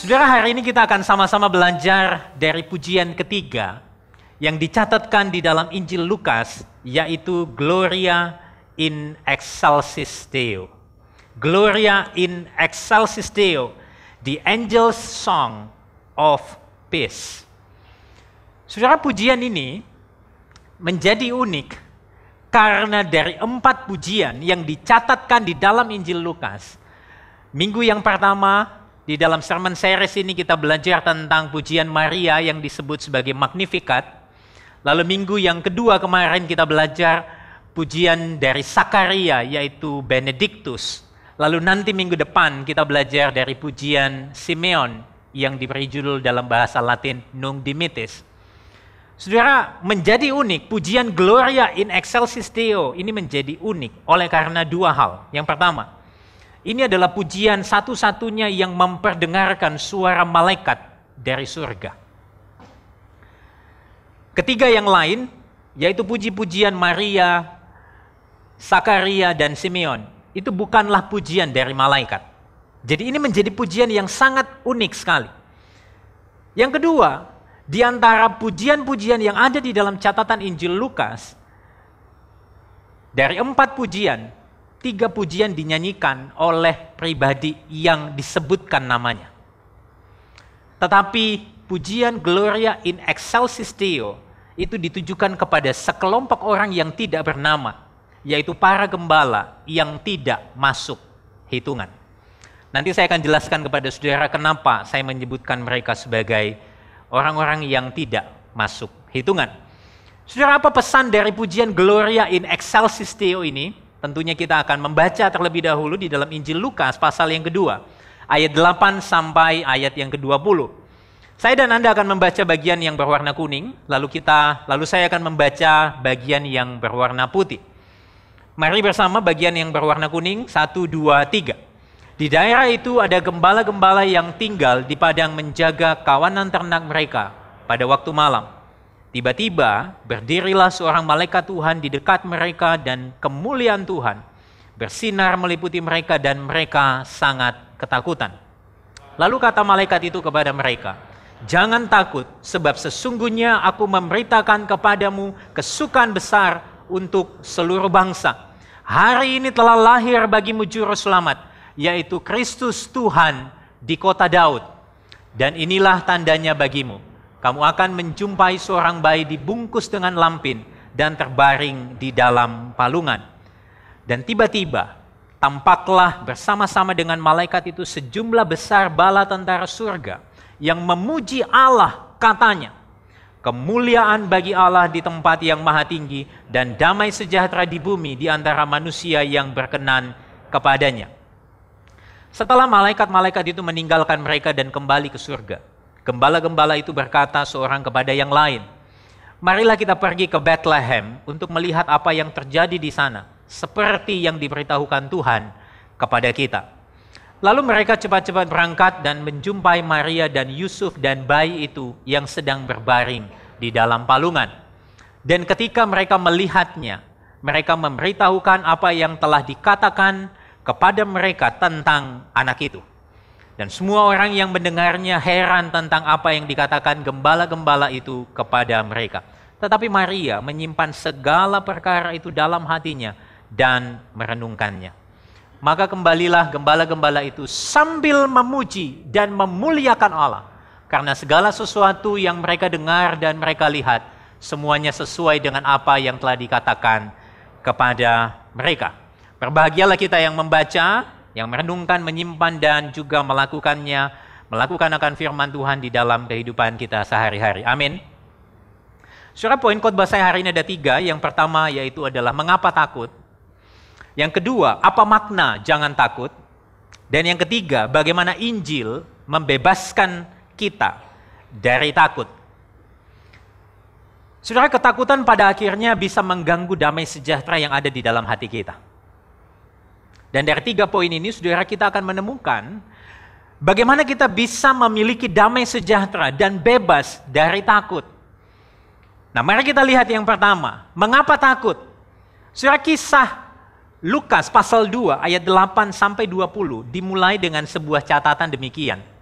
Saudara, hari ini kita akan sama-sama belajar dari pujian ketiga yang dicatatkan di dalam Injil Lukas, yaitu Gloria in Excelsis Deo. Gloria in Excelsis Deo, the Angel's Song of Peace. Saudara, pujian ini menjadi unik karena dari 4 pujian yang dicatatkan di dalam Injil Lukas. Minggu yang pertama, di dalam sermon series ini kita belajar tentang pujian Maria yang disebut sebagai Magnificat. Lalu minggu yang kedua kemarin kita belajar pujian dari Sakaria yaitu Benedictus. Lalu nanti minggu depan kita belajar dari pujian Simeon yang diberi judul dalam bahasa Latin Nunc Dimittis. Saudara, menjadi unik, pujian Gloria in Excelsis Deo ini menjadi unik oleh karena 2 hal. Yang pertama, ini adalah pujian satu-satunya yang memperdengarkan suara malaikat dari surga. Ketiga yang lain, yaitu puji-pujian Maria, Sakaria, dan Simeon, itu bukanlah pujian dari malaikat. Jadi ini menjadi pujian yang sangat unik sekali. Yang kedua, di antara pujian-pujian yang ada di dalam catatan Injil Lukas, dari 4 pujian, 3 pujian dinyanyikan oleh pribadi yang disebutkan namanya. Tetapi pujian Gloria in Excelsis Deo itu ditujukan kepada sekelompok orang yang tidak bernama, yaitu para gembala yang tidak masuk hitungan. Nanti saya akan jelaskan kepada saudara kenapa saya menyebutkan mereka sebagai orang-orang yang tidak masuk hitungan. Saudara, apa pesan dari pujian Gloria in Excelsis Deo ini? Tentunya kita akan membaca terlebih dahulu di dalam Injil Lukas pasal yang kedua, ayat 8 sampai ayat yang ke-20. Saya dan Anda akan membaca bagian yang berwarna kuning, lalu saya akan membaca bagian yang berwarna putih. Mari bersama bagian yang berwarna kuning, 1, 2, 3. Di daerah itu ada gembala-gembala yang tinggal di padang menjaga kawanan ternak mereka pada waktu malam. Tiba-tiba berdirilah seorang malaikat Tuhan di dekat mereka dan kemuliaan Tuhan bersinar meliputi mereka dan mereka sangat ketakutan. Lalu kata malaikat itu kepada mereka, "Jangan takut, sebab sesungguhnya aku memberitakan kepadamu kesukaan besar untuk seluruh bangsa. Hari ini telah lahir bagimu juru selamat, yaitu Kristus Tuhan di kota Daud. Dan inilah tandanya bagimu. Kamu akan menjumpai seorang bayi dibungkus dengan lampin dan terbaring di dalam palungan." Dan tiba-tiba tampaklah bersama-sama dengan malaikat itu sejumlah besar bala tentara surga yang memuji Allah, katanya, "Kemuliaan bagi Allah di tempat yang maha tinggi dan damai sejahtera di bumi di antara manusia yang berkenan kepadanya." Setelah malaikat-malaikat itu meninggalkan mereka dan kembali ke surga, gembala-gembala itu berkata seorang kepada yang lain, "Marilah kita pergi ke Bethlehem untuk melihat apa yang terjadi di sana, seperti yang diberitahukan Tuhan kepada kita." Lalu mereka cepat-cepat berangkat dan menjumpai Maria dan Yusuf dan bayi itu yang sedang berbaring di dalam palungan. Dan ketika mereka melihatnya, mereka memberitahukan apa yang telah dikatakan kepada mereka tentang anak itu. Dan semua orang yang mendengarnya heran tentang apa yang dikatakan gembala-gembala itu kepada mereka. Tetapi Maria menyimpan segala perkara itu dalam hatinya dan merenungkannya. Maka kembalilah gembala-gembala itu sambil memuji dan memuliakan Allah. Karena segala sesuatu yang mereka dengar dan mereka lihat, semuanya sesuai dengan apa yang telah dikatakan kepada mereka. Berbahagialah kita yang membaca, yang merenungkan, menyimpan, dan juga melakukan akan firman Tuhan di dalam kehidupan kita sehari-hari. Amin. Saudara, poin khotbah saya hari ini ada 3. Yang pertama yaitu adalah mengapa takut. Yang kedua, apa makna jangan takut. Dan yang ketiga, bagaimana Injil membebaskan kita dari takut. Saudara, ketakutan pada akhirnya bisa mengganggu damai sejahtera yang ada di dalam hati kita. Dan dari 3 poin ini, saudara, kita akan menemukan bagaimana kita bisa memiliki damai sejahtera dan bebas dari takut. Nah, mari kita lihat yang pertama. Mengapa takut? Saudara, kisah Lukas pasal 2 ayat 8 sampai 20 dimulai dengan sebuah catatan demikian.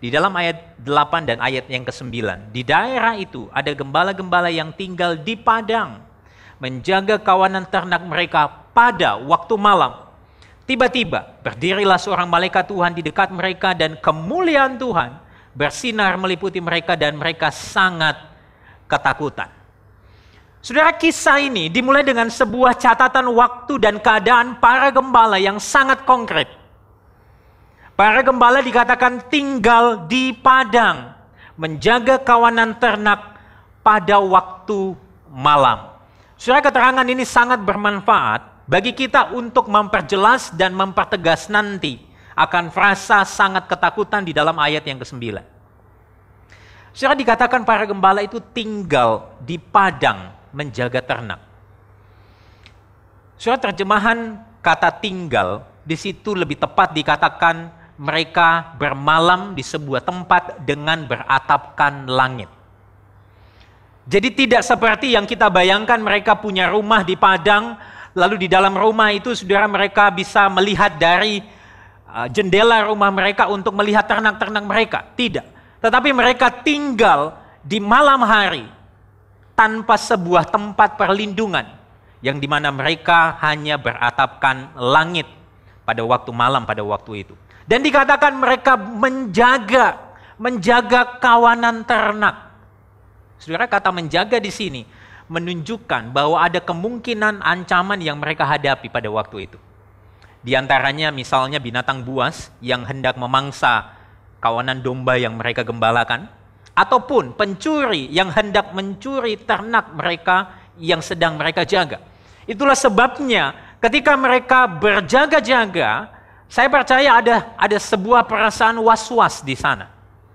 Di dalam ayat 8 dan ayat yang ke-9. Di daerah itu ada gembala-gembala yang tinggal di padang, menjaga kawanan ternak mereka pada waktu malam. Tiba-tiba berdirilah seorang malaikat Tuhan di dekat mereka dan kemuliaan Tuhan bersinar meliputi mereka dan mereka sangat ketakutan. Saudara, kisah ini dimulai dengan sebuah catatan waktu dan keadaan para gembala yang sangat konkret. Para gembala dikatakan tinggal di padang, menjaga kawanan ternak pada waktu malam. Saudara, keterangan ini sangat bermanfaat bagi kita untuk memperjelas dan mempertegas nanti akan frasa sangat ketakutan di dalam ayat yang ke-9. Saudara, dikatakan para gembala itu tinggal di padang menjaga ternak. Saudara, terjemahan kata tinggal di situ lebih tepat dikatakan mereka bermalam di sebuah tempat dengan beratapkan langit. Jadi tidak seperti yang kita bayangkan mereka punya rumah di padang, lalu di dalam rumah itu saudara mereka bisa melihat dari jendela rumah mereka untuk melihat ternak-ternak mereka. Tidak. Tetapi mereka tinggal di malam hari tanpa sebuah tempat perlindungan yang dimana mereka hanya beratapkan langit pada waktu malam pada waktu itu. Dan dikatakan mereka menjaga kawanan ternak. Saudara, kata menjaga di sini menunjukkan bahwa ada kemungkinan ancaman yang mereka hadapi pada waktu itu. Di antaranya misalnya binatang buas yang hendak memangsa kawanan domba yang mereka gembalakan, ataupun pencuri yang hendak mencuri ternak mereka yang sedang mereka jaga. Itulah sebabnya ketika mereka berjaga-jaga, saya percaya ada sebuah perasaan was-was di sana.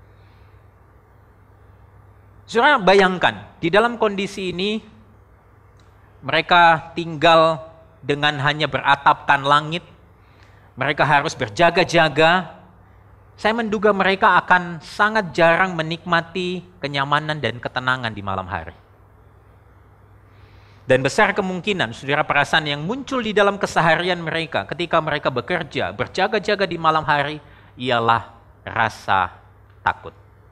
Saudara, bayangkan di dalam kondisi ini mereka tinggal dengan hanya beratapkan langit. Mereka harus berjaga-jaga. Saya menduga mereka akan sangat jarang menikmati kenyamanan dan ketenangan di malam hari. Dan besar kemungkinan, saudara, perasaan yang muncul di dalam keseharian mereka ketika mereka bekerja, berjaga-jaga di malam hari, ialah rasa takut.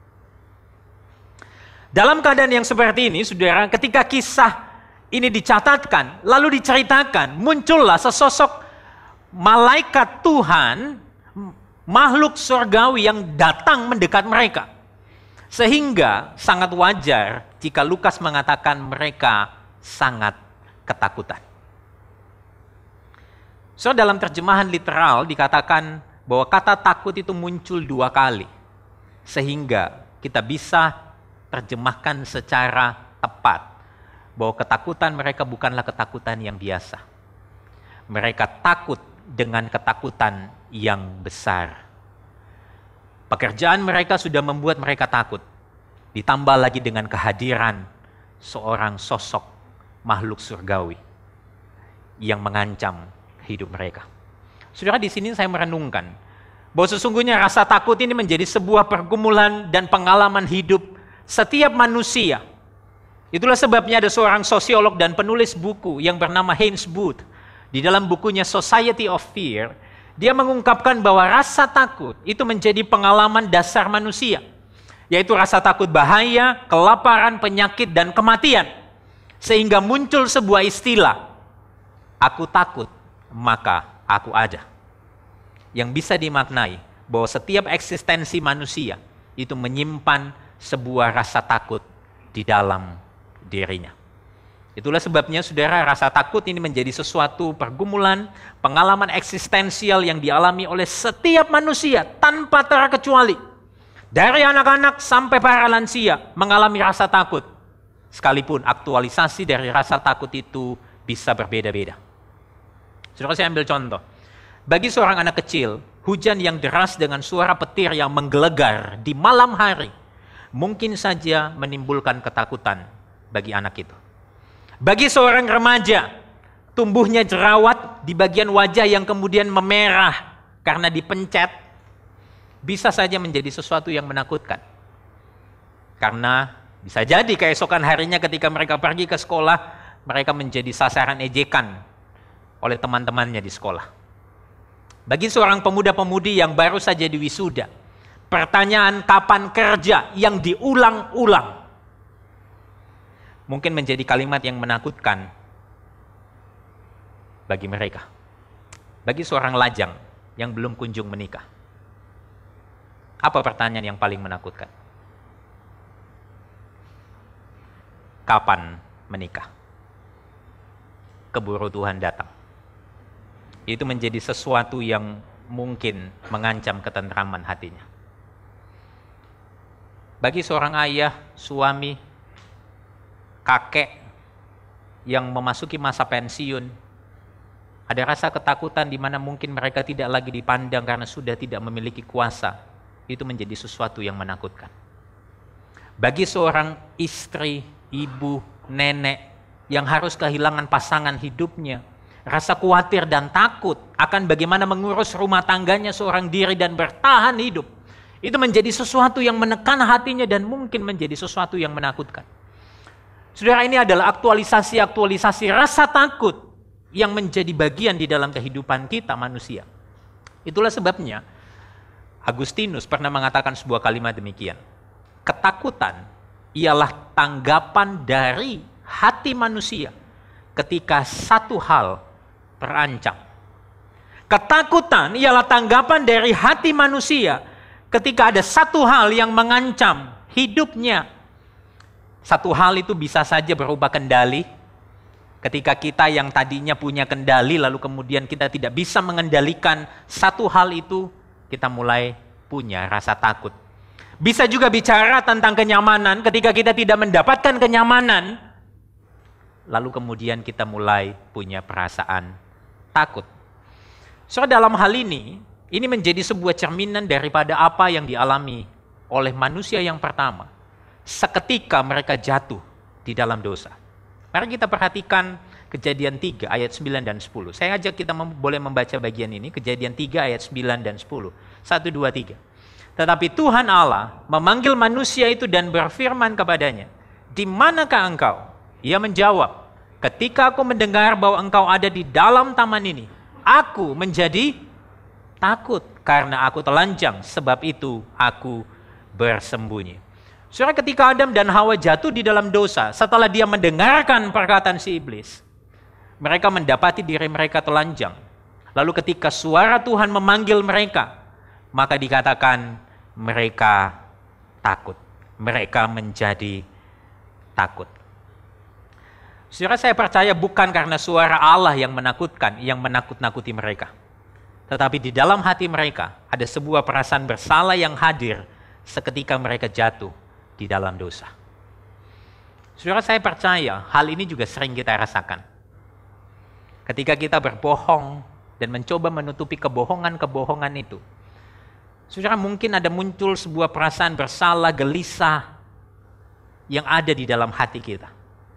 Dalam keadaan yang seperti ini, saudara, ketika kisah ini dicatatkan, lalu diceritakan, muncullah sesosok malaikat Tuhan, makhluk surgawi yang datang mendekat mereka. Sehingga sangat wajar jika Lukas mengatakan mereka sangat ketakutan. So, dalam terjemahan literal dikatakan bahwa kata takut itu muncul 2 kali. Sehingga kita bisa terjemahkan secara tepat bahwa ketakutan mereka bukanlah ketakutan yang biasa. Mereka takut dengan ketakutan yang besar. Pekerjaan mereka sudah membuat mereka takut. Ditambah lagi dengan kehadiran seorang sosok makhluk surgawi yang mengancam hidup mereka. Saudara, di sini saya merenungkan bahwa sesungguhnya rasa takut ini menjadi sebuah pergumulan dan pengalaman hidup setiap manusia. Itulah sebabnya ada seorang sosiolog dan penulis buku yang bernama Heinz Booth. Di dalam bukunya Society of Fear, dia mengungkapkan bahwa rasa takut itu menjadi pengalaman dasar manusia, yaitu rasa takut bahaya, kelaparan, penyakit, dan kematian. Sehingga muncul sebuah istilah, aku takut, maka aku ada. Yang bisa dimaknai bahwa setiap eksistensi manusia itu menyimpan sebuah rasa takut di dalam dirinya. Itulah sebabnya, saudara, rasa takut ini menjadi sesuatu pergumulan, pengalaman eksistensial yang dialami oleh setiap manusia tanpa terkecuali. Dari anak-anak sampai para lansia mengalami rasa takut. Sekalipun aktualisasi dari rasa takut itu bisa berbeda-beda. Saudara, saya ambil contoh. Bagi seorang anak kecil, hujan yang deras dengan suara petir yang menggelegar di malam hari mungkin saja menimbulkan ketakutan bagi anak itu. Bagi seorang remaja, tumbuhnya jerawat di bagian wajah yang kemudian memerah karena dipencet, bisa saja menjadi sesuatu yang menakutkan. Karena bisa jadi keesokan harinya ketika mereka pergi ke sekolah, mereka menjadi sasaran ejekan oleh teman-temannya di sekolah. Bagi seorang pemuda-pemudi yang baru saja diwisuda, Pertanyaan kapan kerja yang diulang-ulang mungkin menjadi kalimat yang menakutkan bagi mereka. Bagi seorang lajang yang belum kunjung menikah. Apa pertanyaan yang paling menakutkan? Kapan menikah? Keburu Tuhan datang. Itu menjadi sesuatu yang mungkin mengancam ketentraman hatinya. Bagi seorang ayah, suami, kakek yang memasuki masa pensiun, ada rasa ketakutan di mana mungkin mereka tidak lagi dipandang karena sudah tidak memiliki kuasa. Itu menjadi sesuatu yang menakutkan. Bagi seorang istri, ibu, nenek yang harus kehilangan pasangan hidupnya, rasa khawatir dan takut akan bagaimana mengurus rumah tangganya seorang diri dan bertahan hidup, itu menjadi sesuatu yang menekan hatinya dan mungkin menjadi sesuatu yang menakutkan. Saudara, ini adalah aktualisasi rasa takut yang menjadi bagian di dalam kehidupan kita manusia. Itulah sebabnya Agustinus pernah mengatakan sebuah kalimat demikian. Ketakutan ialah tanggapan dari hati manusia ketika satu hal terancam. Ketakutan ialah tanggapan dari hati manusia ketika ada satu hal yang mengancam hidupnya. Satu hal itu bisa saja berupa kendali. Ketika kita yang tadinya punya kendali, lalu kemudian kita tidak bisa mengendalikan satu hal itu, kita mulai punya rasa takut. Bisa juga bicara tentang kenyamanan, ketika kita tidak mendapatkan kenyamanan, lalu kemudian kita mulai punya perasaan takut. So dalam hal ini menjadi sebuah cerminan daripada apa yang dialami oleh manusia yang pertama. Seketika mereka jatuh di dalam dosa. Mari kita perhatikan Kejadian 3 ayat 9 dan 10. Saya ajak kita boleh membaca bagian ini, Kejadian 3 ayat 9 dan 10. 1, 2, 3. Tetapi Tuhan Allah memanggil manusia itu dan berfirman kepadanya, "Di manakah engkau?" Ia menjawab, "Ketika aku mendengar bahwa engkau ada di dalam taman ini, aku menjadi takut karena aku telanjang, sebab itu aku bersembunyi." Saudara, ketika Adam dan Hawa jatuh di dalam dosa, setelah dia mendengarkan perkataan si iblis, mereka mendapati diri mereka telanjang. Lalu ketika suara Tuhan memanggil mereka, maka dikatakan mereka takut. Mereka menjadi takut. Saudara, saya percaya bukan karena suara Allah yang menakutkan, yang menakut-nakuti mereka. Tetapi di dalam hati mereka ada sebuah perasaan bersalah yang hadir seketika mereka jatuh di dalam dosa. Saudara, saya percaya hal ini juga sering kita rasakan. Ketika kita berbohong dan mencoba menutupi kebohongan-kebohongan itu, saudara, mungkin ada muncul sebuah perasaan bersalah, gelisah yang ada di dalam hati kita.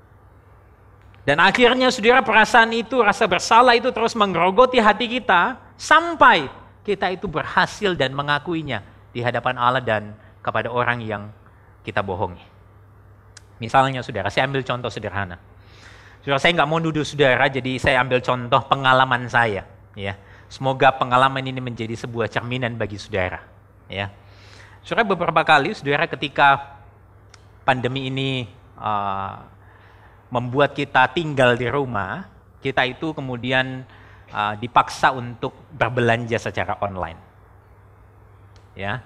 Dan akhirnya saudara, perasaan itu, rasa bersalah itu terus menggerogoti hati kita sampai kita itu berhasil dan mengakuinya di hadapan Allah dan kepada orang yang kita bohongi. Misalnya saudara, saya ambil contoh sederhana. Saudara, saya nggak mau nuduh saudara, jadi saya ambil contoh pengalaman saya. Ya, semoga pengalaman ini menjadi sebuah cerminan bagi saudara. Ya, saudara, beberapa kali saudara ketika pandemi ini membuat kita tinggal di rumah, kita itu kemudian dipaksa untuk berbelanja secara online. Ya.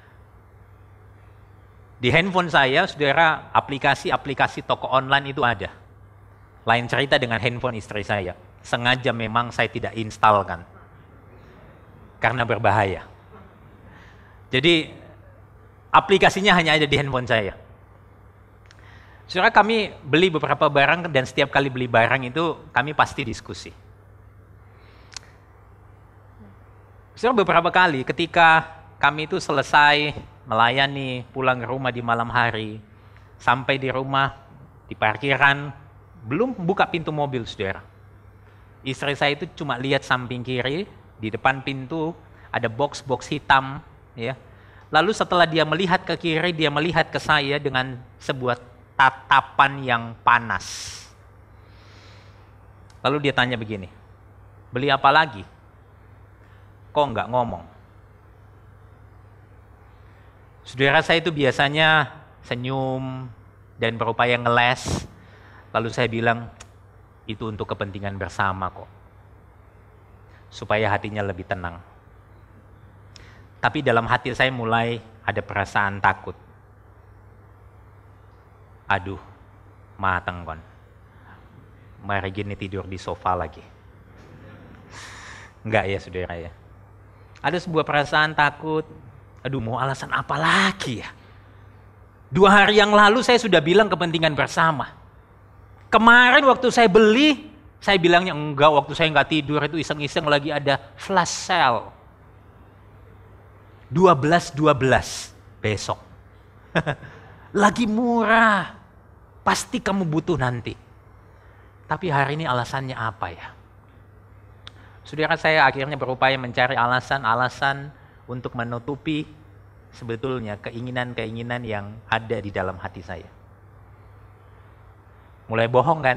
Di handphone saya, saudara, aplikasi-aplikasi toko online itu ada. Lain cerita dengan handphone istri saya. Sengaja memang saya tidak instalkan. Karena berbahaya. Jadi, aplikasinya hanya ada di handphone saya. Saudara, kami beli beberapa barang dan setiap kali beli barang itu kami pasti diskusi. Saudara, beberapa kali ketika kami itu selesai melayani, pulang ke rumah di malam hari, sampai di rumah, di parkiran, belum buka pintu mobil, saudara. Istri saya itu cuma lihat samping kiri, di depan pintu ada box-box hitam, ya. Lalu setelah dia melihat ke kiri, dia melihat ke saya dengan sebuah tatapan yang panas. Lalu dia tanya begini, "Beli apa lagi? Kok nggak ngomong?" Saudara, saya itu biasanya senyum dan berupaya ngeles. Lalu saya bilang, itu untuk kepentingan bersama kok. Supaya hatinya lebih tenang. Tapi dalam hati saya mulai ada perasaan takut. Aduh, mateng kon. Mari gini tidur di sofa lagi. Enggak ya saudara ya. Ada sebuah perasaan takut. Aduh, mau alasan apa lagi ya? 2 hari yang lalu saya sudah bilang kepentingan bersama. Kemarin waktu saya beli, saya bilangnya enggak, waktu saya enggak tidur itu iseng-iseng lagi ada flash sale. 12 besok. Lagi murah. Pasti kamu butuh nanti. Tapi hari ini alasannya apa ya? Saudara, saya akhirnya berupaya mencari alasan-alasan untuk menutupi sebetulnya keinginan-keinginan yang ada di dalam hati saya. Mulai bohong kan?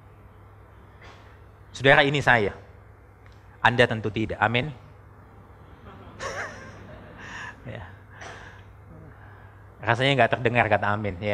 Saudara, ini saya. Anda tentu tidak. Amin. Ya. Rasanya nggak terdengar kata amin ya.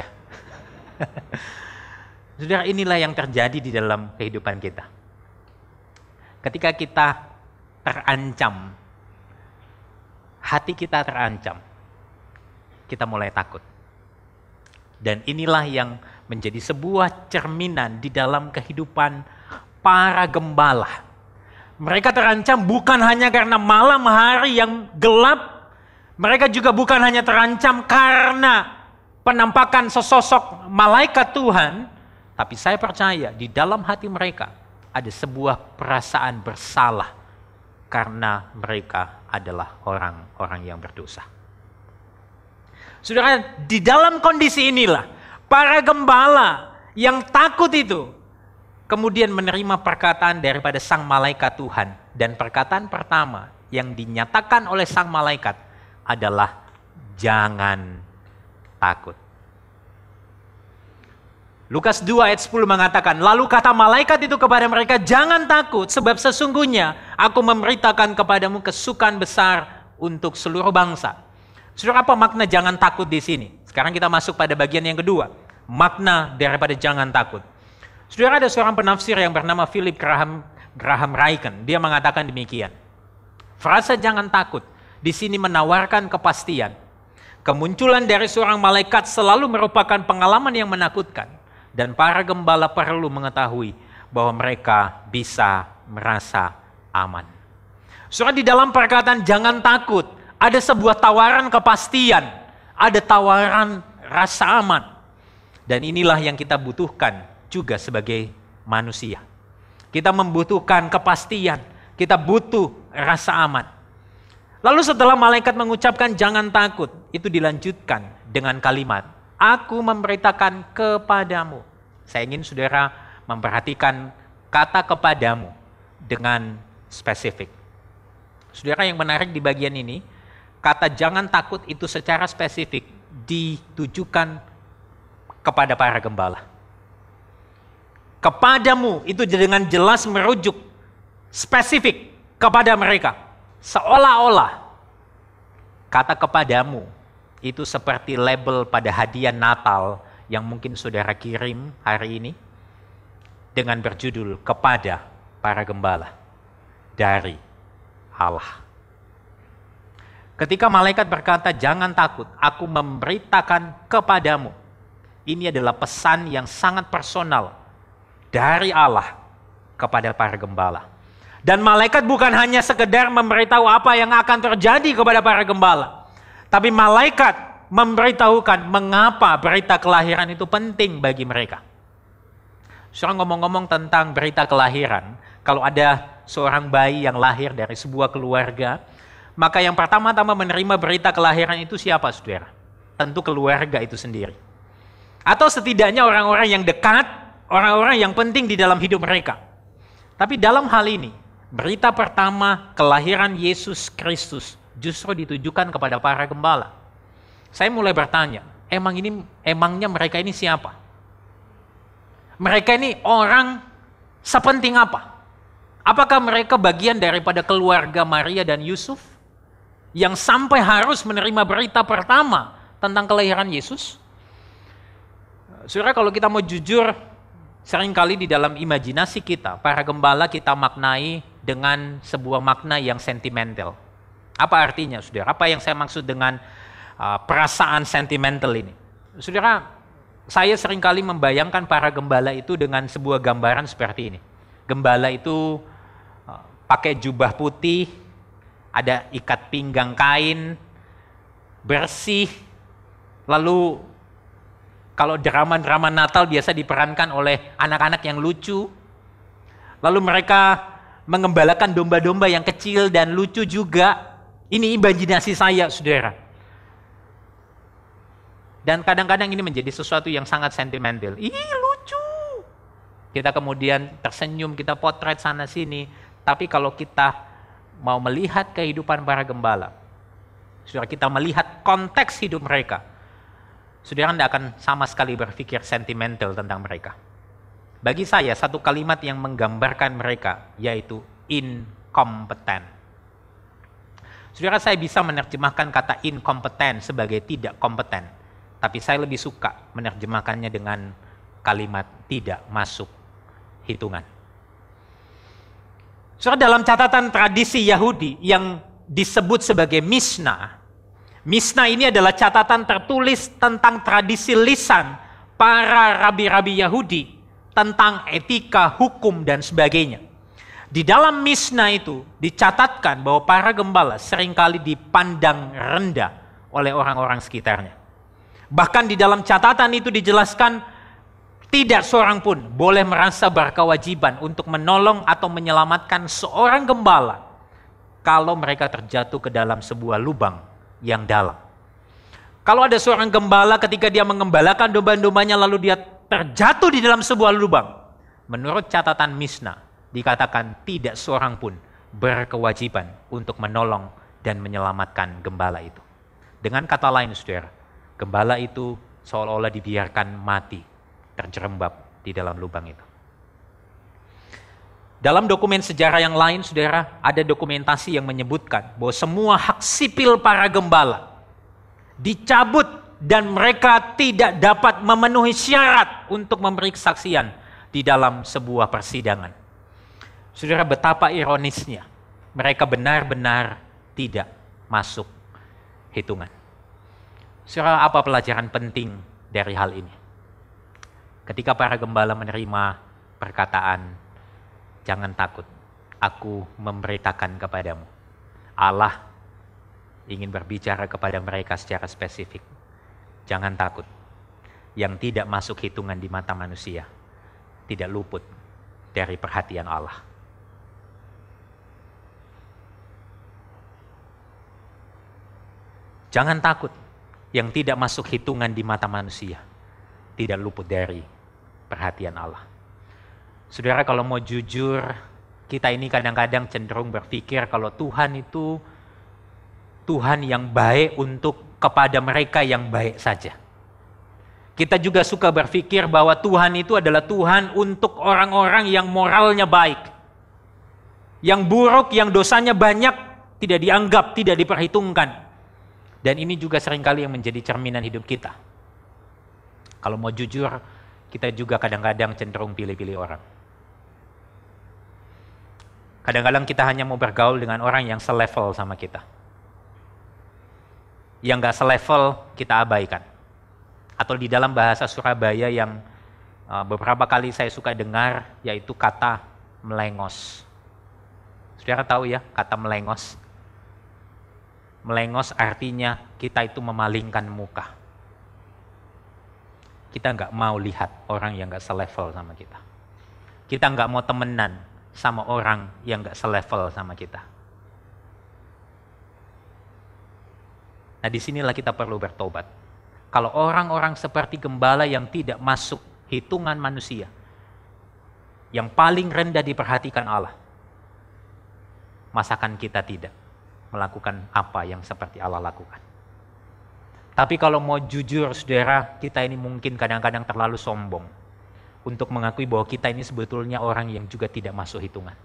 Saudara, inilah yang terjadi di dalam kehidupan kita. Ketika kita terancam, hati kita terancam, kita mulai takut. Dan inilah yang menjadi sebuah cerminan di dalam kehidupan para gembala. Mereka terancam bukan hanya karena malam hari yang gelap, mereka juga bukan hanya terancam karena penampakan sesosok malaikat Tuhan, tapi saya percaya di dalam hati mereka ada sebuah perasaan bersalah karena mereka adalah orang-orang yang berdosa. Saudara, di dalam kondisi inilah para gembala yang takut itu kemudian menerima perkataan daripada sang malaikat Tuhan. Dan perkataan pertama yang dinyatakan oleh sang malaikat adalah jangan takut. Lukas 2 ayat 10 mengatakan, lalu kata malaikat itu kepada mereka, jangan takut sebab sesungguhnya aku memberitakan kepadamu kesukaan besar untuk seluruh bangsa. Saudara, apa makna jangan takut di sini? Sekarang kita masuk pada bagian yang kedua. Makna daripada jangan takut. Saudara, ada seorang penafsir yang bernama Philip Graham Ryken. Dia mengatakan demikian. Frasa jangan takut di sini menawarkan kepastian. Kemunculan dari seorang malaikat selalu merupakan pengalaman yang menakutkan. Dan para gembala perlu mengetahui bahwa mereka bisa merasa aman. Saudara, di dalam perkataan jangan takut, ada sebuah tawaran kepastian. Ada tawaran rasa aman. Dan inilah yang kita butuhkan juga sebagai manusia. Kita membutuhkan kepastian. Kita butuh rasa aman. Lalu setelah malaikat mengucapkan jangan takut, itu dilanjutkan dengan kalimat, aku memberitakan kepadamu. Saya ingin saudara memperhatikan kata kepadamu dengan spesifik. Saudara, yang menarik di bagian ini, kata jangan takut itu secara spesifik ditujukan kepada para gembala. Kepadamu itu dengan jelas merujuk spesifik kepada mereka. Seolah-olah kata kepadamu itu seperti label pada hadiah Natal yang mungkin saudara kirim hari ini dengan berjudul kepada para gembala dari Allah. Ketika malaikat berkata jangan takut, aku memberitakan kepadamu. Ini adalah pesan yang sangat personal dari Allah kepada para gembala. Dan malaikat bukan hanya sekedar memberitahu apa yang akan terjadi kepada para gembala. Tapi malaikat memberitahukan mengapa berita kelahiran itu penting bagi mereka. Seorang ngomong-ngomong tentang berita kelahiran, kalau ada seorang bayi yang lahir dari sebuah keluarga, maka yang pertama-tama menerima berita kelahiran itu siapa, saudara? Tentu keluarga itu sendiri. Atau setidaknya orang-orang yang dekat, orang-orang yang penting di dalam hidup mereka. Tapi dalam hal ini, berita pertama kelahiran Yesus Kristus justru ditujukan kepada para gembala. Saya mulai bertanya, emangnya mereka ini siapa? Mereka ini orang sepenting apa? Apakah mereka bagian daripada keluarga Maria dan Yusuf yang sampai harus menerima berita pertama tentang kelahiran Yesus? Saudara, kalau kita mau jujur, seringkali di dalam imajinasi kita, para gembala kita maknai dengan sebuah makna yang sentimental. Apa artinya, saudara? Apa yang saya maksud dengan perasaan sentimental ini? Saudara, saya seringkali membayangkan para gembala itu dengan sebuah gambaran seperti ini. Gembala itu pakai jubah putih, ada ikat pinggang kain, bersih, lalu kalau drama-drama Natal biasa diperankan oleh anak-anak yang lucu. Lalu mereka mengembalakan domba-domba yang kecil dan lucu juga. Ini imajinasi saya, saudara. Dan kadang-kadang ini menjadi sesuatu yang sangat sentimental. Ih, lucu. Kita kemudian tersenyum, kita potret sana-sini. Tapi kalau kita mau melihat kehidupan para gembala, saudara, kita melihat konteks hidup mereka, saudara tidak akan sama sekali berpikir sentimental tentang mereka. Bagi saya, satu kalimat yang menggambarkan mereka, yaitu inkompeten. Saudara, saya bisa menerjemahkan kata inkompeten sebagai tidak kompeten. Tapi saya lebih suka menerjemahkannya dengan kalimat tidak masuk hitungan. Saudara, dalam catatan tradisi Yahudi yang disebut sebagai Mishnah, Mishnah ini adalah catatan tertulis tentang tradisi lisan para rabi-rabi Yahudi tentang etika, hukum, dan sebagainya. Di dalam Mishnah itu dicatatkan bahwa para gembala seringkali dipandang rendah oleh orang-orang sekitarnya. Bahkan di dalam catatan itu dijelaskan tidak seorang pun boleh merasa berkewajiban untuk menolong atau menyelamatkan seorang gembala kalau mereka terjatuh ke dalam sebuah lubang yang dalam. Kalau ada seorang gembala ketika dia mengembalakan domba-dombanya lalu dia terjatuh di dalam sebuah lubang, menurut catatan Mishnah dikatakan tidak seorang pun berkewajiban untuk menolong dan menyelamatkan gembala itu. Dengan kata lain, saudara, gembala itu seolah-olah dibiarkan mati, terjerembab di dalam lubang itu. Dalam dokumen sejarah yang lain, saudara, ada dokumentasi yang menyebutkan bahwa semua hak sipil para gembala dicabut dan mereka tidak dapat memenuhi syarat untuk memberi kesaksian di dalam sebuah persidangan. Saudara, betapa ironisnya, mereka benar-benar tidak masuk hitungan. Saudara, apa pelajaran penting dari hal ini? Ketika para gembala menerima perkataan, jangan takut, aku memberitakan kepadamu. Allah ingin berbicara kepada mereka secara spesifik. Jangan takut, yang tidak masuk hitungan di mata manusia tidak luput dari perhatian Allah. Jangan takut, yang tidak masuk hitungan di mata manusia tidak luput dari perhatian Allah. Saudara, kalau mau jujur, kita ini kadang-kadang cenderung berpikir kalau Tuhan itu Tuhan yang baik untuk kepada mereka yang baik saja. Kita juga suka berpikir bahwa Tuhan itu adalah Tuhan untuk orang-orang yang moralnya baik. Yang buruk, yang dosanya banyak, tidak dianggap, tidak diperhitungkan. Dan ini juga seringkali yang menjadi cerminan hidup kita. Kalau mau jujur, kita juga kadang-kadang cenderung pilih-pilih orang. Kadang-kadang kita hanya mau bergaul dengan orang yang selevel sama kita. Yang gak selevel kita abaikan. Atau di dalam bahasa Surabaya yang beberapa kali saya suka dengar, yaitu kata melengos. Saudara tahu ya kata melengos? Melengos artinya kita itu memalingkan muka. Kita nggak mau lihat orang yang nggak selevel sama kita. Kita nggak mau temenan sama orang yang nggak selevel sama kita. Nah, disinilah kita perlu bertobat. Kalau orang-orang seperti gembala yang tidak masuk hitungan manusia, yang paling rendah diperhatikan Allah, masakan kita tidak melakukan apa yang seperti Allah lakukan. Tapi kalau mau jujur, saudara, kita ini mungkin kadang-kadang terlalu sombong untuk mengakui bahwa kita ini sebetulnya orang yang juga tidak masuk hitungan.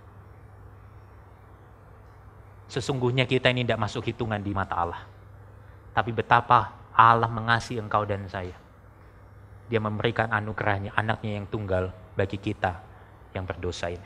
Sesungguhnya kita ini tidak masuk hitungan di mata Allah. Tapi betapa Allah mengasihi engkau dan saya. Dia memberikan anugerahnya, anaknya yang tunggal bagi kita yang berdosa ini.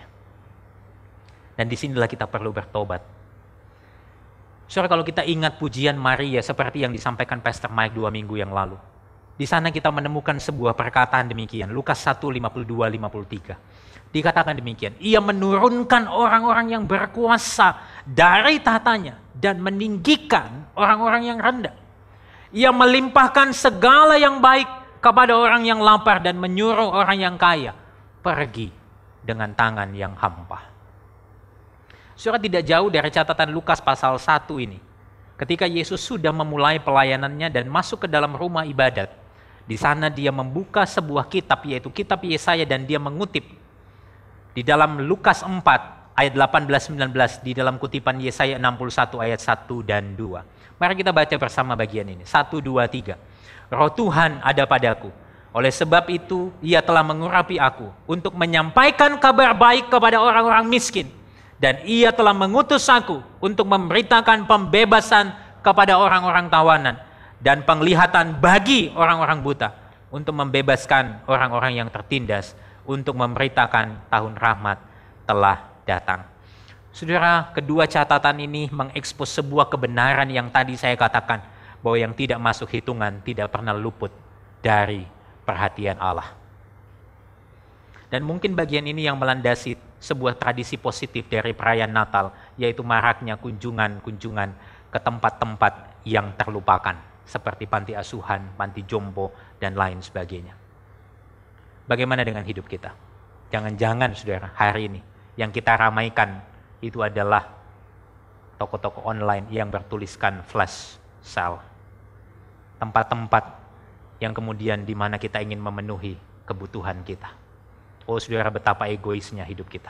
Dan disinilah kita perlu bertobat. Saudara, kalau kita ingat pujian Maria seperti yang disampaikan Pastor Mike 2 minggu yang lalu. Di sana kita menemukan sebuah perkataan demikian. Lukas 1, 52-53. Dikatakan demikian. Ia menurunkan orang-orang yang berkuasa dari tahtanya dan meninggikan orang-orang yang rendah. Ia melimpahkan segala yang baik kepada orang yang lapar dan menyuruh orang yang kaya pergi dengan tangan yang hampa. Saudara, tidak jauh dari catatan Lukas pasal 1 ini. Ketika Yesus sudah memulai pelayanannya dan masuk ke dalam rumah ibadat. Di sana dia membuka sebuah kitab, yaitu kitab Yesaya, dan dia mengutip di dalam Lukas 4 ayat 18-19, di dalam kutipan Yesaya 61 ayat 1 dan 2. Mari kita baca bersama bagian ini. 1, 2, 3. Roh Tuhan ada padaku. Oleh sebab itu ia telah mengurapi aku untuk menyampaikan kabar baik kepada orang-orang miskin. Dan ia telah mengutus aku untuk memberitakan pembebasan kepada orang-orang tawanan dan penglihatan bagi orang-orang buta, untuk membebaskan orang-orang yang tertindas, untuk memberitakan tahun rahmat telah datang. Saudara, kedua catatan ini mengekspos sebuah kebenaran yang tadi saya katakan, bahwa yang tidak masuk hitungan tidak pernah luput dari perhatian Allah. Dan mungkin bagian ini yang melandasi sebuah tradisi positif dari perayaan Natal, yaitu maraknya kunjungan-kunjungan ke tempat-tempat yang terlupakan, seperti panti asuhan, panti jompo, dan lain sebagainya. Bagaimana dengan hidup kita? Jangan-jangan saudara, hari ini yang kita ramaikan itu adalah toko-toko online yang bertuliskan flash sale. Tempat-tempat yang kemudian di mana kita ingin memenuhi kebutuhan kita. Oh saudara, betapa egoisnya hidup kita.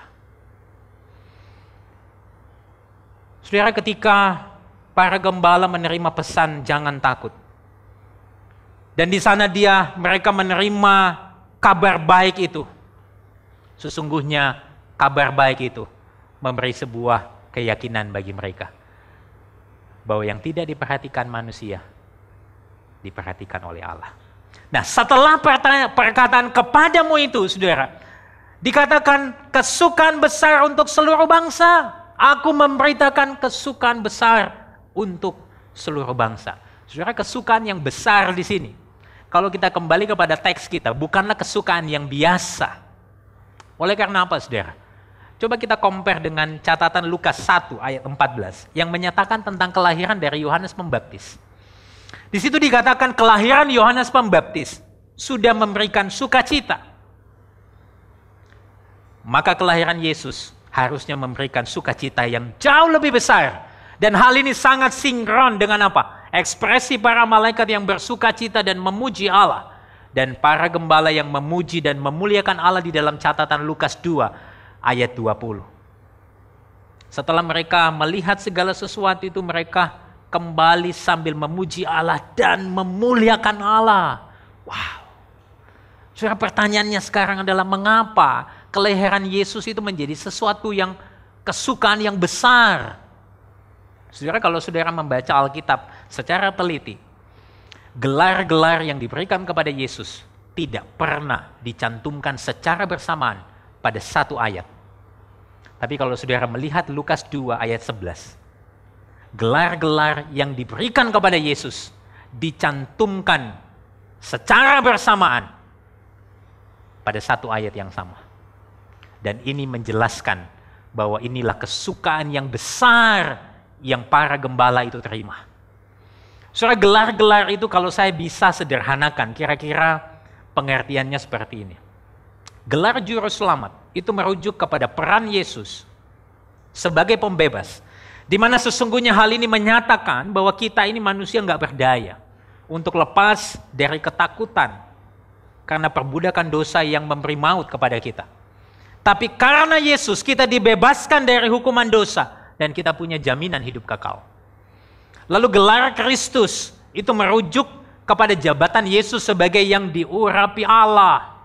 Saudara, ketika para gembala menerima pesan jangan takut. Dan di sana mereka menerima kabar baik itu. Sesungguhnya kabar baik itu memberi sebuah keyakinan bagi mereka. Bahwa yang tidak diperhatikan manusia, diperhatikan oleh Allah. Nah, setelah perkataan kepadamu itu, saudara, dikatakan kesukaan besar untuk seluruh bangsa. Aku memberitakan kesukaan besar untuk seluruh bangsa. Saudara, kesukaan yang besar di sini, kalau kita kembali kepada teks kita, bukanlah kesukaan yang biasa. Oleh karena apa, saudara? Coba kita compare dengan catatan Lukas 1 ayat 14 yang menyatakan tentang kelahiran dari Yohanes Pembaptis. Di situ dikatakan kelahiran Yohanes Pembaptis sudah memberikan sukacita. Maka kelahiran Yesus harusnya memberikan sukacita yang jauh lebih besar. Dan hal ini sangat sinkron dengan apa? Ekspresi para malaikat yang bersukacita dan memuji Allah. Dan para gembala yang memuji dan memuliakan Allah di dalam catatan Lukas 2 ayat 20. Setelah mereka melihat segala sesuatu itu, mereka kembali sambil memuji Allah dan memuliakan Allah. Wow. Saudara, pertanyaannya sekarang adalah mengapa kelahiran Yesus itu menjadi sesuatu yang kesukaan yang besar? Saudara, kalau saudara membaca Alkitab secara teliti, gelar-gelar yang diberikan kepada Yesus tidak pernah dicantumkan secara bersamaan pada satu ayat. Tapi kalau saudara melihat Lukas 2 ayat 11, gelar-gelar yang diberikan kepada Yesus dicantumkan secara bersamaan pada satu ayat yang sama. Dan ini menjelaskan bahwa inilah kesukaan yang besar yang para gembala itu terima. Soal gelar-gelar itu kalau saya bisa sederhanakan, kira-kira pengertiannya seperti ini. Gelar juru selamat itu merujuk kepada peran Yesus sebagai pembebas. Di mana sesungguhnya hal ini menyatakan bahwa kita ini manusia nggak berdaya untuk lepas dari ketakutan karena perbudakan dosa yang memberi maut kepada kita. Tapi karena Yesus kita dibebaskan dari hukuman dosa dan kita punya jaminan hidup kekal. Lalu gelar Kristus itu merujuk kepada jabatan Yesus sebagai yang diurapi Allah.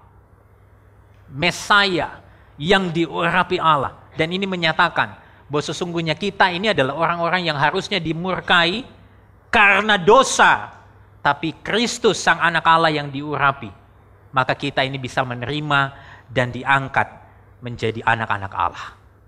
Mesaya yang diurapi Allah. Dan ini menyatakan bahwa sesungguhnya kita ini adalah orang-orang yang harusnya dimurkai karena dosa. tapi Kristus Sang Anak Allah yang diurapi, maka kita ini bisa menerima dan diangkat menjadi anak-anak Allah.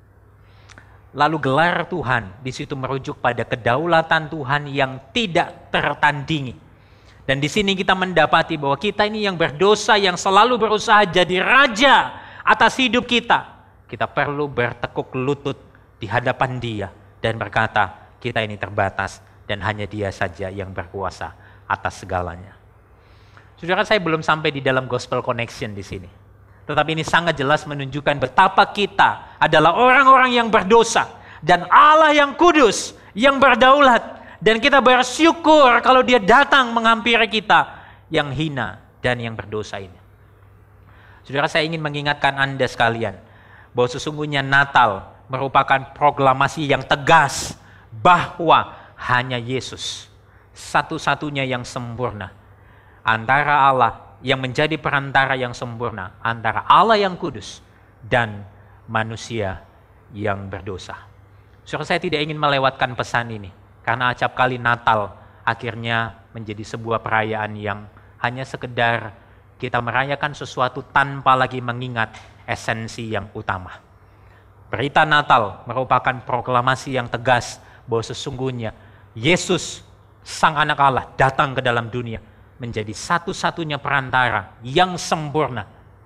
Lalu gelar Tuhan di situ merujuk pada kedaulatan Tuhan yang tidak tertandingi. Dan di sini kita mendapati bahwa kita ini yang berdosa, yang selalu berusaha jadi raja atas hidup kita. Kita perlu bertekuk lutut di hadapan Dia dan berkata, kita ini terbatas dan hanya Dia saja yang berkuasa atas segalanya. Saudara, saya belum sampai di dalam gospel connection di sini. Tetapi ini sangat jelas menunjukkan betapa kita adalah orang-orang yang berdosa dan Allah yang kudus, yang berdaulat, dan kita bersyukur kalau Dia datang menghampiri kita yang hina dan yang berdosa ini. Saudara, saya ingin mengingatkan Anda sekalian bahwa sesungguhnya Natal merupakan proklamasi yang tegas bahwa hanya Yesus satu-satunya yang sempurna antara Allah, yang menjadi perantara yang sempurna antara Allah yang kudus dan manusia yang berdosa. Saudara, saya tidak ingin melewatkan pesan ini, karena acap kali Natal akhirnya menjadi sebuah perayaan yang hanya sekedar kita merayakan sesuatu tanpa lagi mengingat esensi yang utama. Berita Natal merupakan proklamasi yang tegas bahwa sesungguhnya Yesus, Sang Anak Allah, datang ke dalam dunia menjadi satu-satunya perantara yang sempurna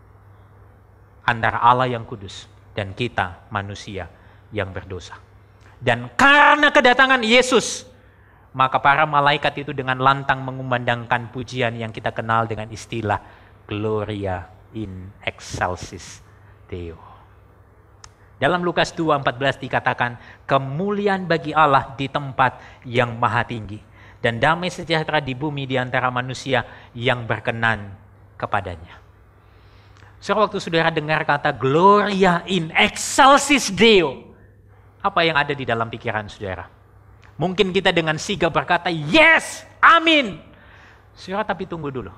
antara Allah yang kudus dan kita manusia yang berdosa. Dan karena kedatangan Yesus, maka para malaikat itu dengan lantang mengumandangkan pujian yang kita kenal dengan istilah Gloria in excelsis Deo. Dalam Lukas 2:14 dikatakan, kemuliaan bagi Allah di tempat yang maha tinggi, dan damai sejahtera di bumi di antara manusia yang berkenan kepadanya. Waktu saudara dengar kata Gloria in excelsis Deo, apa yang ada di dalam pikiran saudara? Mungkin kita dengan sigap berkata, yes, amin. Saudara, tapi tunggu dulu.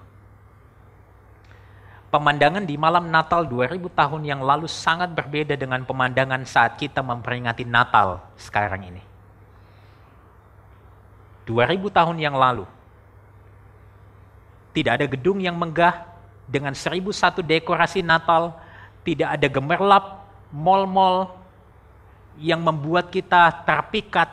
Pemandangan di malam Natal 2000 tahun yang lalu sangat berbeda dengan pemandangan saat kita memperingati Natal sekarang ini. 2000 tahun yang lalu, tidak ada gedung yang megah dengan 1001 dekorasi Natal, tidak ada gemerlap mal-mal yang membuat kita terpikat.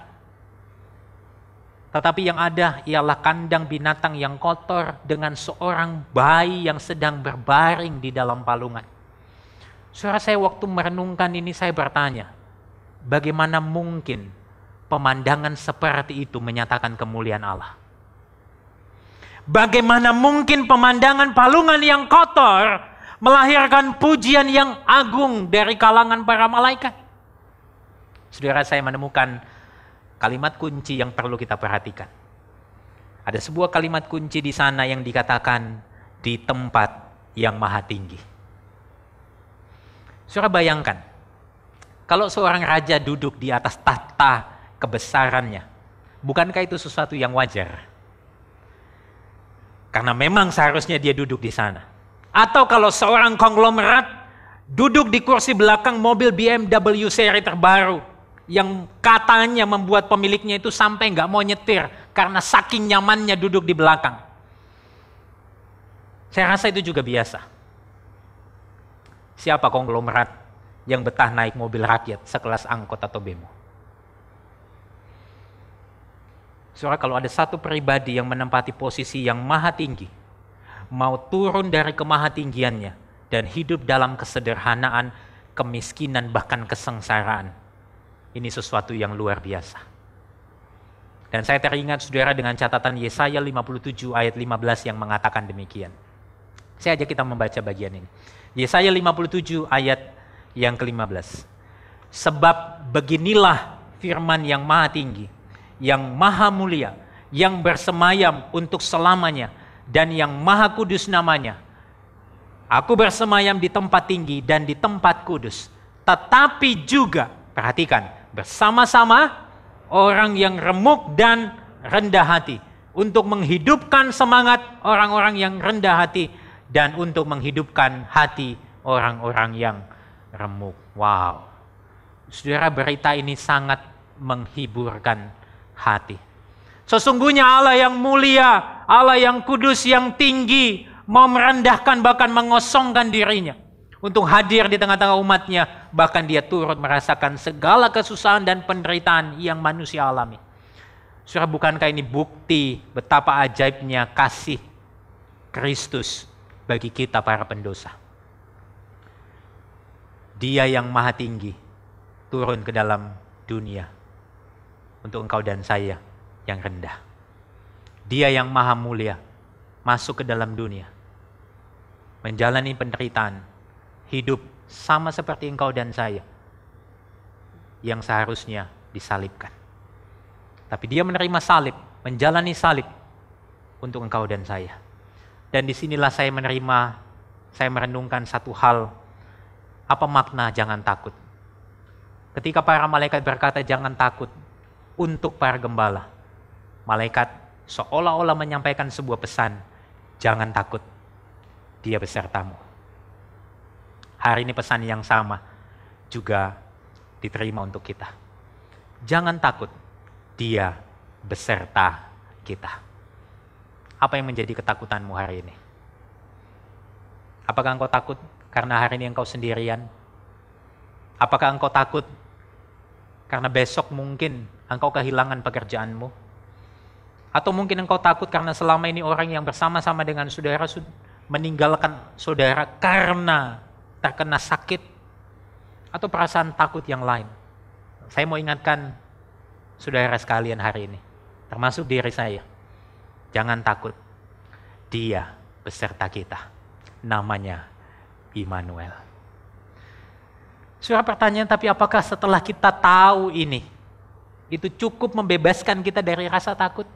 Tetapi yang ada ialah kandang binatang yang kotor dengan seorang bayi yang sedang berbaring di dalam palungan. Saudara, saya waktu merenungkan ini saya bertanya, bagaimana mungkin pemandangan seperti itu menyatakan kemuliaan Allah? Bagaimana mungkin pemandangan palungan yang kotor melahirkan pujian yang agung dari kalangan para malaikat? Saudara, saya menemukan kalimat kunci yang perlu kita perhatikan. Ada sebuah kalimat kunci di sana yang dikatakan di tempat yang maha tinggi. Saudara, bayangkan, kalau seorang raja duduk di atas tahta kebesarannya, bukankah itu sesuatu yang wajar? Karena memang seharusnya dia duduk di sana. Atau kalau seorang konglomerat duduk di kursi belakang mobil BMW seri terbaru, yang katanya membuat pemiliknya itu sampai nggak mau nyetir karena saking nyamannya duduk di belakang. Saya rasa itu juga biasa. Siapa konglomerat yang betah naik mobil rakyat sekelas angkot atau bemo? Saudara, kalau ada satu pribadi yang menempati posisi yang maha tinggi, mau turun dari kemahatinggiannya dan hidup dalam kesederhanaan, kemiskinan, bahkan kesengsaraan, ini sesuatu yang luar biasa. Dan saya teringat saudara dengan catatan Yesaya 57 ayat 15 yang mengatakan demikian. Saya ajak kita membaca bagian ini. Yesaya 57 ayat yang ke-15. Sebab beginilah firman yang maha tinggi, yang maha mulia, yang bersemayam untuk selamanya, dan yang maha kudus namanya. Aku bersemayam di tempat tinggi dan di tempat kudus, tetapi juga, perhatikan, bersama-sama orang yang remuk dan rendah hati, untuk menghidupkan semangat orang-orang yang rendah hati dan untuk menghidupkan hati orang-orang yang remuk. Wow. Saudara, berita ini sangat menghiburkan hati. Sesungguhnya Allah yang mulia, Allah yang kudus, yang tinggi, mau merendahkan bahkan mengosongkan dirinya untuk hadir di tengah-tengah umatnya. Bahkan dia turut merasakan segala kesusahan dan penderitaan yang manusia alami. Saudara, bukankah ini bukti betapa ajaibnya kasih Kristus bagi kita para pendosa? Dia yang maha tinggi turun ke dalam dunia untuk engkau dan saya yang rendah. Dia yang maha mulia masuk ke dalam dunia, menjalani penderitaan, hidup sama seperti engkau dan saya yang seharusnya disalibkan. Tapi dia menerima salib, menjalani salib untuk engkau dan saya. Dan disinilah saya merenungkan satu hal, apa makna jangan takut. Ketika para malaikat berkata jangan takut untuk para gembala, malaikat seolah-olah menyampaikan sebuah pesan, jangan takut, dia besertamu. Hari ini pesan yang sama juga diterima untuk kita. Jangan takut, dia beserta kita. Apa yang menjadi ketakutanmu hari ini? Apakah engkau takut karena hari ini engkau sendirian? Apakah engkau takut karena besok mungkin engkau kehilangan pekerjaanmu? Atau mungkin engkau takut karena selama ini orang yang bersama-sama dengan saudara meninggalkan saudara karena terkena sakit? Atau perasaan takut yang lain? Saya mau ingatkan saudara sekalian hari ini, termasuk diri saya, jangan takut, dia beserta kita, namanya Immanuel. Saudara, pertanyaan, tapi apakah setelah kita tahu ini, itu cukup membebaskan kita dari rasa takut?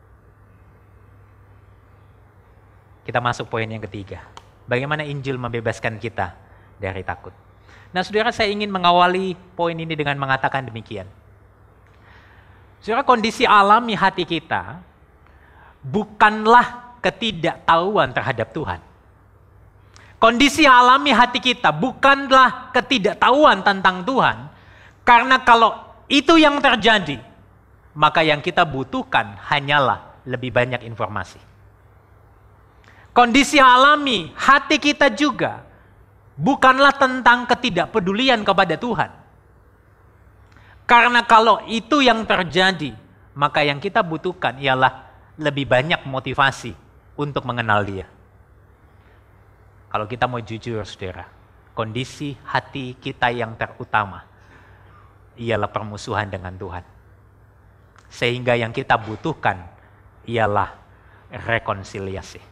Kita masuk poin yang ketiga, bagaimana Injil membebaskan kita dari takut. Nah saudara, saya ingin mengawali poin ini dengan mengatakan demikian. Saudara, kondisi alami hati kita bukanlah ketidaktahuan terhadap Tuhan. Kondisi alami hati kita bukanlah ketidaktahuan tentang Tuhan. Karena kalau itu yang terjadi, maka yang kita butuhkan hanyalah lebih banyak informasi. Kondisi alami hati kita juga bukanlah tentang ketidakpedulian kepada Tuhan. Karena kalau itu yang terjadi, maka yang kita butuhkan ialah lebih banyak motivasi untuk mengenal Dia. Kalau kita mau jujur, saudara, kondisi hati kita yang terutama ialah permusuhan dengan Tuhan. Sehingga yang kita butuhkan ialah rekonsiliasi.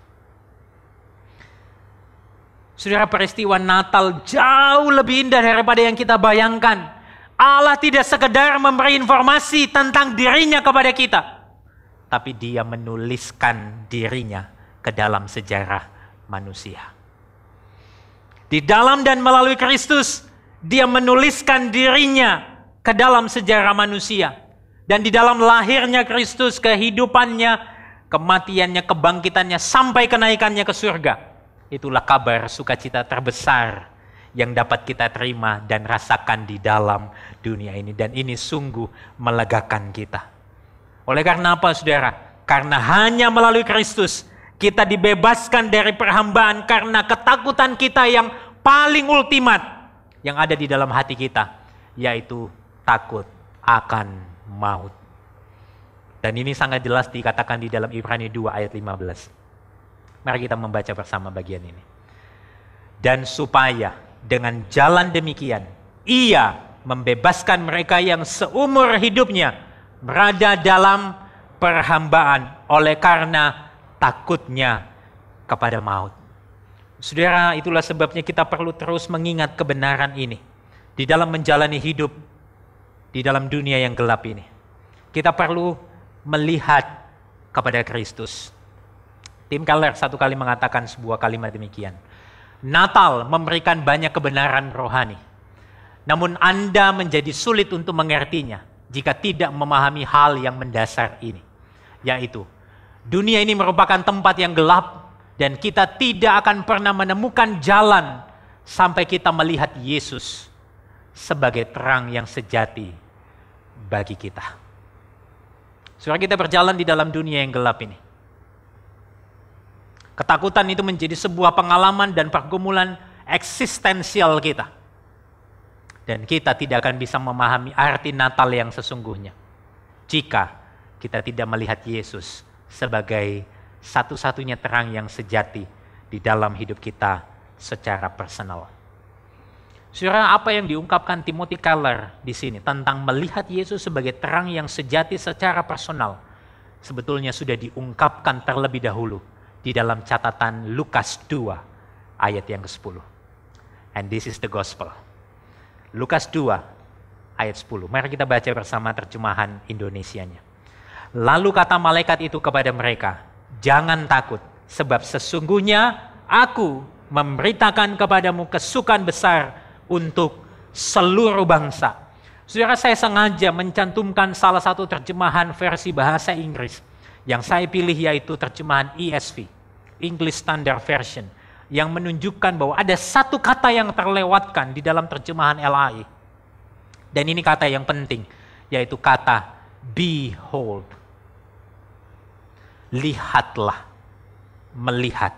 Saudara, peristiwa Natal jauh lebih indah daripada yang kita bayangkan. Allah tidak sekedar memberi informasi tentang dirinya kepada kita, tapi dia menuliskan dirinya ke dalam sejarah manusia. Di dalam dan melalui Kristus, dia menuliskan dirinya ke dalam sejarah manusia. Dan di dalam lahirnya Kristus, kehidupannya, kematiannya, kebangkitannya, sampai kenaikannya ke surga. Itulah kabar sukacita terbesar yang dapat kita terima dan rasakan di dalam dunia ini. Dan ini sungguh melegakan kita. Oleh karena apa, saudara? Karena hanya melalui Kristus kita dibebaskan dari perhambaan karena ketakutan kita yang paling ultimat yang ada di dalam hati kita, yaitu takut akan maut. Dan ini sangat jelas dikatakan di dalam Ibrani 2 ayat 15. Mari kita membaca bersama bagian ini. Dan supaya dengan jalan demikian, ia membebaskan mereka yang seumur hidupnya berada dalam perhambaan oleh karena takutnya kepada maut. Saudara, itulah sebabnya kita perlu terus mengingat kebenaran ini di dalam menjalani hidup di dalam dunia yang gelap ini. Kita perlu melihat kepada Kristus. Tim Keller satu kali mengatakan sebuah kalimat demikian. Natal memberikan banyak kebenaran rohani. Namun Anda menjadi sulit untuk mengertinya jika tidak memahami hal yang mendasar ini. Yaitu, dunia ini merupakan tempat yang gelap dan kita tidak akan pernah menemukan jalan sampai kita melihat Yesus sebagai terang yang sejati bagi kita. Saudara, kita berjalan di dalam dunia yang gelap ini. Ketakutan itu menjadi sebuah pengalaman dan pergumulan eksistensial kita. Dan kita tidak akan bisa memahami arti Natal yang sesungguhnya jika kita tidak melihat Yesus sebagai satu-satunya terang yang sejati di dalam hidup kita secara personal. Saudara, apa yang diungkapkan Timothy Keller di sini tentang melihat Yesus sebagai terang yang sejati secara personal sebetulnya sudah diungkapkan terlebih dahulu di dalam catatan Lukas 2 ayat yang ke-10. And this is the gospel. Lukas 2 ayat 10. Mari kita baca bersama terjemahan Indonesianya. Lalu kata malaikat itu kepada mereka, jangan takut, sebab sesungguhnya aku memberitakan kepadamu kesukaan besar untuk seluruh bangsa. Saudara, saya sengaja mencantumkan salah satu terjemahan versi bahasa Inggris yang saya pilih, yaitu terjemahan ESV, English Standard Version, yang menunjukkan bahwa ada satu kata yang terlewatkan di dalam terjemahan LAI. Dan ini kata yang penting, yaitu kata behold. Lihatlah, melihat.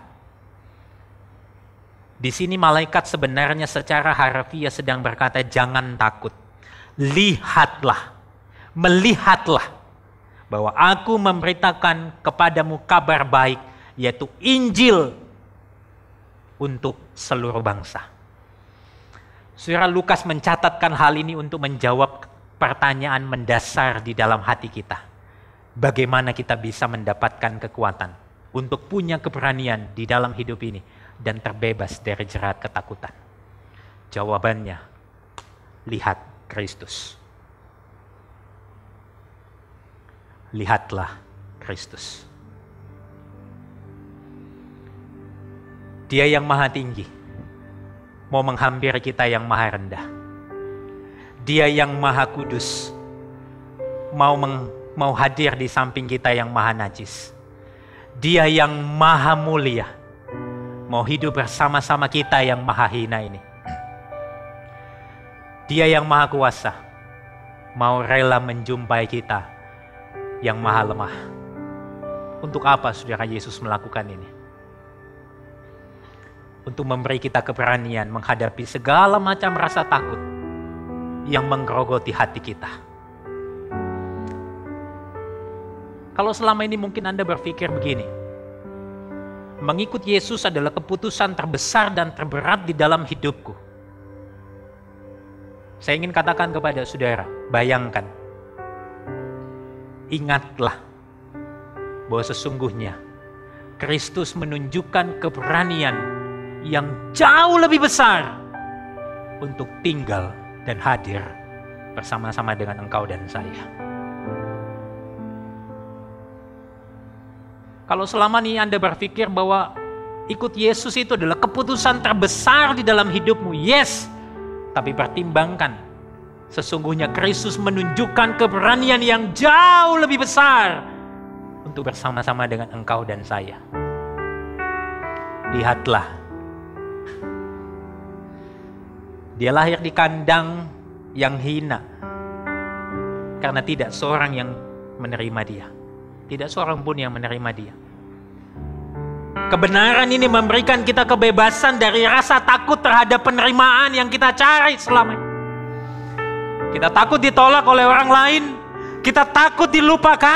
Di sini malaikat sebenarnya secara harfiah sedang berkata jangan takut. Lihatlah, melihatlah bahwa aku memberitakan kepadamu kabar baik, yaitu Injil untuk seluruh bangsa. Saudara, Lukas mencatatkan hal ini untuk menjawab pertanyaan mendasar di dalam hati kita. Bagaimana kita bisa mendapatkan kekuatan untuk punya keberanian di dalam hidup ini dan terbebas dari jerat ketakutan? Jawabannya, lihat Kristus. Lihatlah Kristus. Dia yang maha tinggi mau menghampiri kita yang maha rendah. Dia yang maha kudus mau hadir di samping kita yang maha najis. Dia yang maha mulia mau hidup bersama-sama kita yang maha hina ini. Dia yang maha kuasa mau rela menjumpai kita yang maha lemah. Untuk apa saudara Yesus melakukan ini? Untuk memberi kita keberanian menghadapi segala macam rasa takut yang menggerogoti hati kita. Kalau selama ini mungkin Anda berpikir begini, mengikut Yesus adalah keputusan terbesar dan terberat di dalam hidupku. Saya ingin katakan kepada saudara, bayangkan, ingatlah bahwa sesungguhnya Kristus menunjukkan keberanian yang jauh lebih besar untuk tinggal dan hadir bersama-sama dengan engkau dan saya. Kalau selama ini Anda berpikir bahwa ikut Yesus itu adalah keputusan terbesar di dalam hidupmu, yes, tapi pertimbangkan, sesungguhnya Kristus menunjukkan keberanian yang jauh lebih besar untuk bersama-sama dengan engkau dan saya. Lihatlah, dia lahir di kandang yang hina karena tidak seorang yang menerima dia. Tidak seorang pun yang menerima dia. Kebenaran ini memberikan kita kebebasan dari rasa takut terhadap penerimaan yang kita cari selama ini. Kita takut ditolak oleh orang lain, kita takut dilupakan.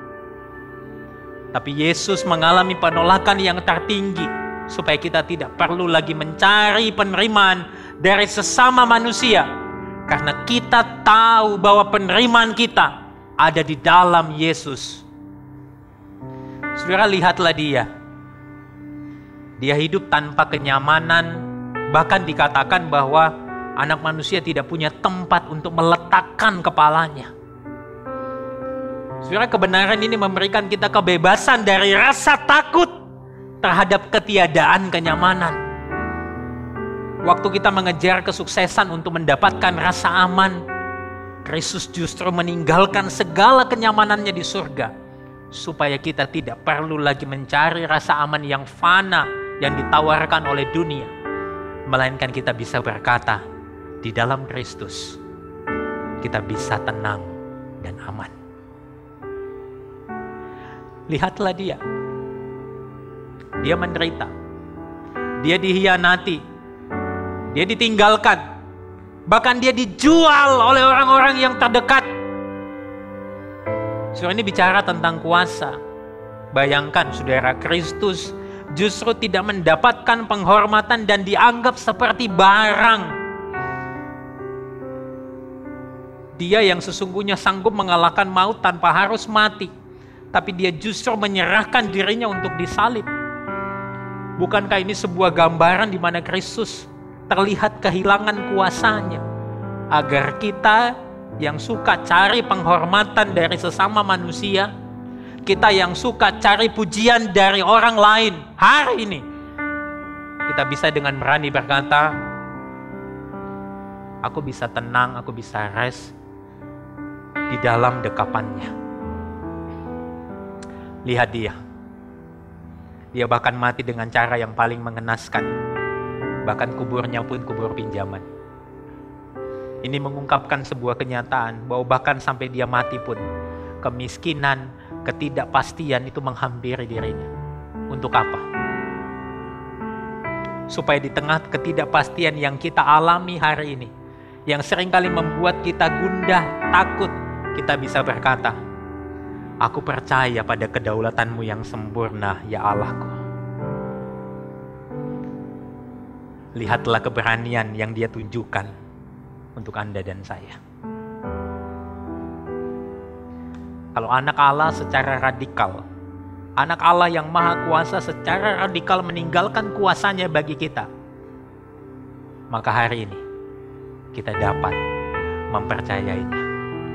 Tapi Yesus mengalami penolakan yang tertinggi supaya kita tidak perlu lagi mencari penerimaan dari sesama manusia, karena kita tahu bahwa penerimaan kita ada di dalam Yesus. Saudara, lihatlah dia. Dia hidup tanpa kenyamanan, bahkan dikatakan bahwa anak manusia tidak punya tempat untuk meletakkan kepalanya. Saudara, kebenaran ini memberikan kita kebebasan dari rasa takut terhadap ketiadaan kenyamanan. Waktu kita mengejar kesuksesan untuk mendapatkan rasa aman, Kristus justru meninggalkan segala kenyamanannya di surga, supaya kita tidak perlu lagi mencari rasa aman yang fana yang ditawarkan oleh dunia, melainkan kita bisa berkata, di dalam Kristus kita bisa tenang dan aman. Lihatlah dia. Dia menderita. Dia dihianati. Dia ditinggalkan. Bahkan dia dijual oleh orang-orang yang terdekat. Surah ini bicara tentang kuasa. Bayangkan saudara, Kristus justru tidak mendapatkan penghormatan dan dianggap seperti barang. Dia yang sesungguhnya sanggup mengalahkan maut tanpa harus mati. Tapi dia justru menyerahkan dirinya untuk disalib. Bukankah ini sebuah gambaran di mana Kristus terlihat kehilangan kuasanya? Agar kita yang suka cari penghormatan dari sesama manusia, kita yang suka cari pujian dari orang lain, hari ini kita bisa dengan berani berkata, aku bisa tenang, aku bisa rest di dalam dekapannya. Lihat dia. Dia bahkan mati dengan cara yang paling mengenaskan. Bahkan kuburnya pun kubur pinjaman. Ini mengungkapkan sebuah kenyataan bahwa bahkan sampai dia mati pun kemiskinan, ketidakpastian itu menghampiri dirinya. Untuk apa? Supaya di tengah ketidakpastian yang kita alami hari ini, yang seringkali membuat kita gundah, takut, kita bisa berkata, aku percaya pada kedaulatanmu yang sempurna, ya Allahku. Lihatlah keberanian yang dia tunjukkan untuk Anda dan saya. Kalau anak Allah secara radikal, anak Allah yang maha kuasa secara radikal meninggalkan kuasanya bagi kita, maka hari ini kita dapat mempercayainya.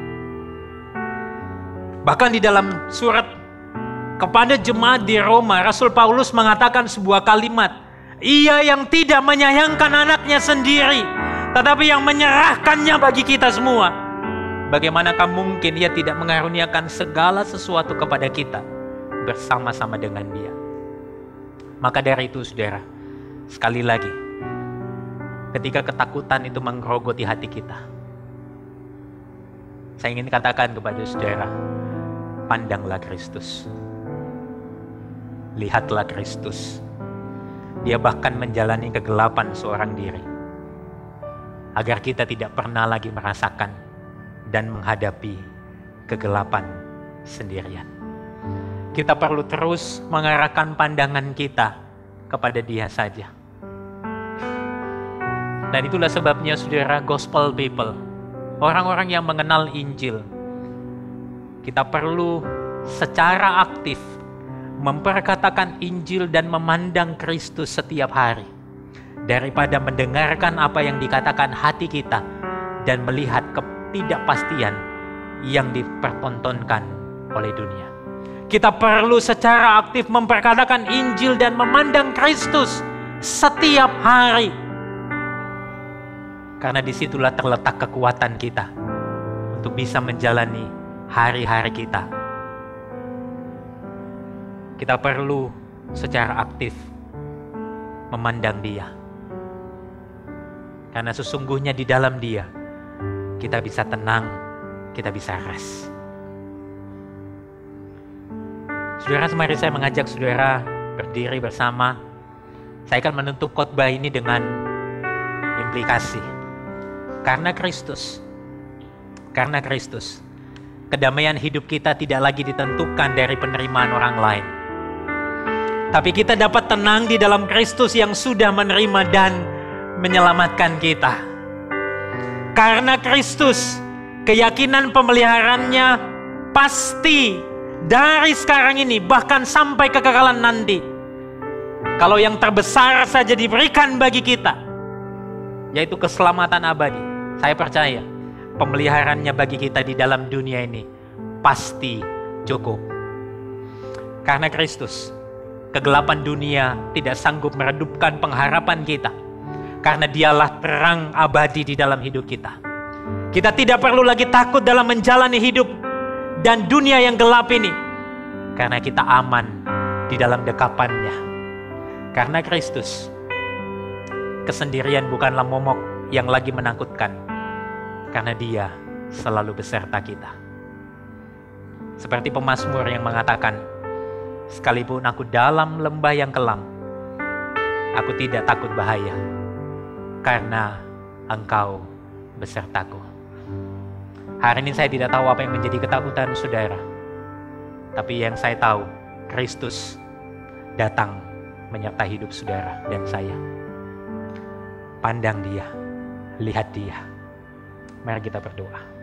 Bahkan di dalam surat kepada jemaat di Roma, Rasul Paulus mengatakan sebuah kalimat, ia yang tidak menyayangkan anaknya sendiri, tetapi yang menyerahkannya bagi kita semua. Bagaimanakah mungkin ia tidak mengaruniakan segala sesuatu kepada kita bersama-sama dengan dia? Maka dari itu saudara, sekali lagi, ketika ketakutan itu menggerogoti hati kita, saya ingin katakan kepada saudara, pandanglah Kristus. Lihatlah Kristus. Dia bahkan menjalani kegelapan seorang diri. Agar kita tidak pernah lagi merasakan dan menghadapi kegelapan sendirian. Kita perlu terus mengarahkan pandangan kita kepada Dia saja. Dan itulah sebabnya saudara, gospel people, orang-orang yang mengenal Injil, kita perlu secara aktif memperkatakan Injil dan memandang Kristus setiap hari. Daripada mendengarkan apa yang dikatakan hati kita dan melihat ketidakpastian yang dipertontonkan oleh dunia. Kita perlu secara aktif memperkatakan Injil dan memandang Kristus setiap hari. Karena disitulah terletak kekuatan kita untuk bisa menjalani hari-hari kita. Kita perlu secara aktif memandang Dia. Karena sesungguhnya di dalam Dia kita bisa tenang, kita bisa rest. Saudara, mari saya mengajak saudara berdiri bersama. Saya akan menutup khotbah ini dengan implikasi. Karena Kristus, kedamaian hidup kita tidak lagi ditentukan dari penerimaan orang lain. Tapi kita dapat tenang di dalam Kristus yang sudah menerima dan menyelamatkan kita. Karena Kristus, keyakinan pemeliharaannya pasti dari sekarang ini bahkan sampai kekekalan nanti. Kalau yang terbesar saja diberikan bagi kita, yaitu keselamatan abadi, saya percaya pemeliharaannya bagi kita di dalam dunia ini pasti cukup. Karena Kristus, kegelapan dunia tidak sanggup meredupkan pengharapan kita. Karena Dialah terang abadi di dalam hidup kita. Kita tidak perlu lagi takut dalam menjalani hidup dan dunia yang gelap ini. Karena kita aman di dalam dekapannya. Karena Kristus, kesendirian bukanlah momok yang lagi menakutkan. Karena Dia selalu beserta kita. Seperti pemazmur yang mengatakan, Sekalipun aku dalam lembah yang kelam, aku tidak takut bahaya, karena Engkau besertaku. Hari ini saya tidak tahu apa yang menjadi ketakutan saudara, tapi yang saya tahu, Kristus datang menyertai hidup saudara dan saya. Pandang Dia, lihat Dia. Mari kita berdoa.